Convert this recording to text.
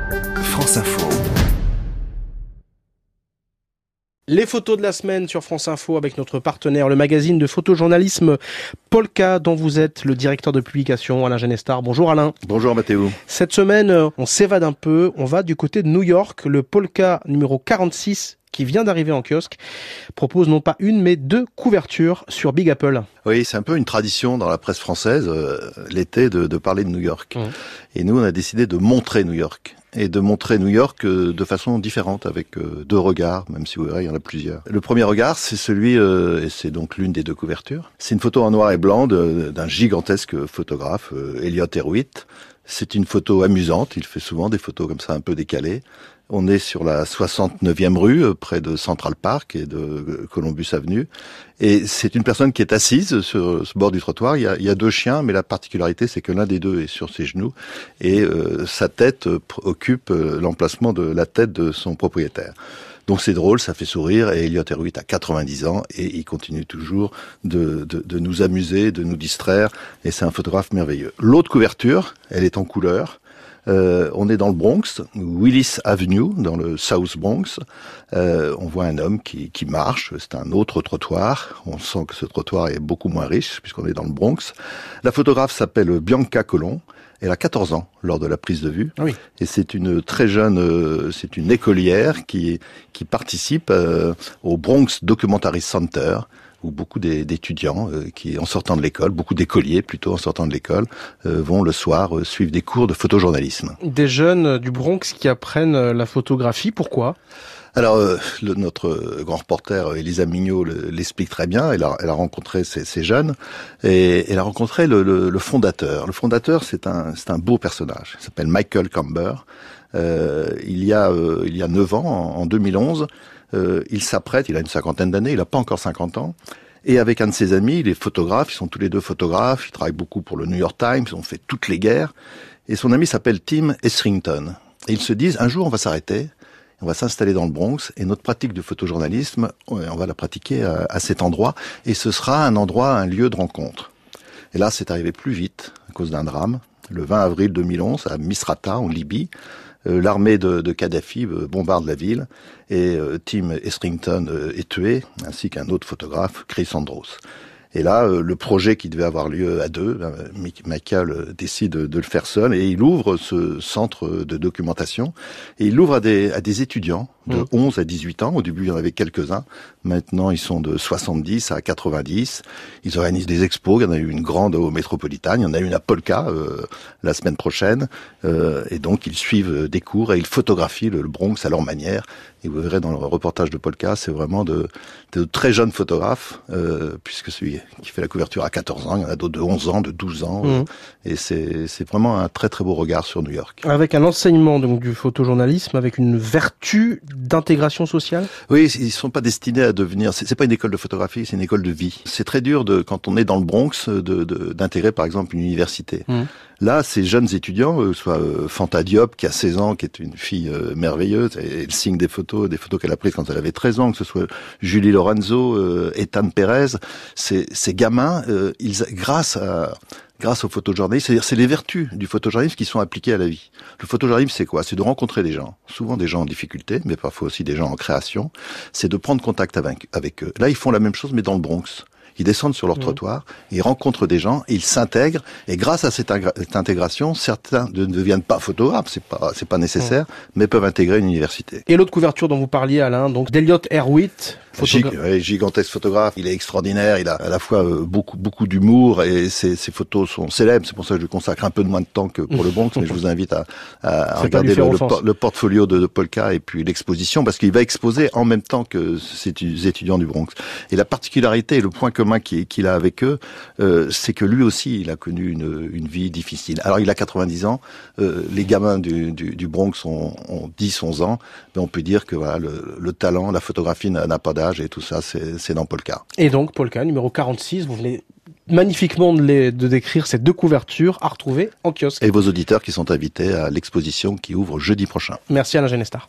France Info. Les photos de la semaine sur France Info avec notre partenaire, le magazine de photojournalisme Polka, dont vous êtes le directeur de publication, Alain Genestar. Bonjour Alain. Bonjour Mathéo. Cette semaine, on s'évade un peu, on va du côté de New York. Le Polka numéro 46, qui vient d'arriver en kiosque, propose non pas une, mais 2 couvertures sur Big Apple. Oui, c'est un peu une tradition dans la presse française, l'été, de parler de New York. Et nous, on a décidé de montrer New York. Et de montrer New York de façon différente, avec 2 regards, même si vous verrez, il y en a plusieurs. Le premier regard, c'est celui, et c'est donc l'une des 2 couvertures. C'est une photo en noir et blanc d'un gigantesque photographe, Elliot Erwitt. C'est une photo amusante, il fait souvent des photos comme ça un peu décalées. On est sur la 69e rue, près de Central Park et de Columbus Avenue. Et c'est une personne qui est assise sur ce bord du trottoir. Il y a 2 chiens, mais la particularité, c'est que l'un des 2 est sur ses genoux et sa tête occupe l'emplacement de la tête de son propriétaire. Donc c'est drôle, ça fait sourire, et Elliot Erwitt a 90 ans et il continue toujours de nous amuser, de nous distraire, et c'est un photographe merveilleux. L'autre couverture, elle est en couleur. On est dans le Bronx, Willis Avenue, dans le South Bronx. On voit un homme qui marche, c'est un autre trottoir. On sent que ce trottoir est beaucoup moins riche puisqu'on est dans le Bronx. La photographe s'appelle Bianca Colon. Elle a 14 ans lors de la prise de vue. Oui. Et c'est une très jeune, c'est une écolière qui participe au Bronx Documentary Center, où beaucoup d'étudiants qui, en sortant de l'école, beaucoup d'écoliers plutôt en sortant de l'école, vont le soir suivre des cours de photojournalisme. Des jeunes du Bronx qui apprennent la photographie, pourquoi ? Alors, notre grand reporter Elisa Mignot l'explique très bien. Elle a rencontré ces jeunes et elle a rencontré le fondateur. Le fondateur, c'est un beau personnage. Il s'appelle Michael Camber. Il y a 9 ans, en 2011, il s'apprête, il a une 50aine d'années, il n'a pas encore 50 ans. Et avec un de ses amis, il est photographe, ils sont tous les 2 photographes, ils travaillent beaucoup pour le New York Times, ils ont fait toutes les guerres. Et son ami s'appelle Tim Esrington. Et ils se disent, un jour on va s'arrêter, on va s'installer dans le Bronx, et notre pratique de photojournalisme, on va la pratiquer à cet endroit, et ce sera un endroit, un lieu de rencontre. Et là, c'est arrivé plus vite, à cause d'un drame. Le 20 avril 2011, à Misrata, en Libye, l'armée de Kadhafi bombarde la ville, et Tim Esrington est tué, ainsi qu'un autre photographe, Chris Andros. Et là, le projet qui devait avoir lieu à 2, Michael décide de le faire seul, et il ouvre ce centre de documentation, et il l'ouvre à des étudiants de 11 à 18 ans. Au début, il y en avait quelques-uns. Maintenant, ils sont de 70 à 90. Ils organisent des expos. Il y en a eu une grande au Métropolitain. Il y en a une à Polka la semaine prochaine. Et donc, ils suivent des cours et ils photographient le Bronx à leur manière. Et vous verrez dans le reportage de Polka, c'est vraiment de très jeunes photographes, puisque celui qui fait la couverture a 14 ans, il y en a d'autres de 11 ans, de 12 ans. Et c'est vraiment un très très beau regard sur New York. Avec un enseignement donc du photojournalisme, avec une vertu d'intégration sociale ? Oui, ils sont pas destinés à devenir... C'est pas une école de photographie, c'est une école de vie. C'est très dur, quand on est dans le Bronx, d'intégrer par exemple une université. Là, ces jeunes étudiants, soit Fanta Diop, qui a 16 ans, qui est une fille merveilleuse, et elle signe des photos qu'elle a prises quand elle avait 13 ans, que ce soit Julie Lorenzo, Ethan Perez, ces gamins, grâce au photojournalisme, c'est-à-dire c'est les vertus du photojournalisme qui sont appliquées à la vie. Le photojournalisme, c'est quoi ? C'est de rencontrer des gens, souvent des gens en difficulté, mais parfois aussi des gens en création. C'est de prendre contact avec eux. Là, ils font la même chose, mais dans le Bronx. Ils descendent sur leur trottoir, ils rencontrent des gens, ils s'intègrent, et grâce à cette intégration, certains ne deviennent pas photographes, c'est pas nécessaire, mais peuvent intégrer une université. Et l'autre couverture dont vous parliez, Alain, donc d'Elliot Erwitt, gigantesque photographe, il est extraordinaire, il a à la fois beaucoup d'humour, et ses photos sont célèbres, c'est pour ça que je lui consacre un peu de moins de temps que pour le Bronx, mais je vous invite à regarder le portfolio de Polka et puis l'exposition, parce qu'il va exposer en même temps que ces étudiants du Bronx. Et la particularité et le point commun qu'il a avec eux, c'est que lui aussi, il a connu une vie difficile. Alors, il a 90 ans, les gamins du Bronx ont 10, 11 ans, mais on peut dire que voilà, le talent, la photographie n'a pas d'âge, et tout ça, c'est dans Polka. Et donc, Polka, numéro 46, vous venez magnifiquement de décrire ces 2 couvertures à retrouver en kiosque. Et vos auditeurs qui sont invités à l'exposition qui ouvre jeudi prochain. Merci Alain Genestar.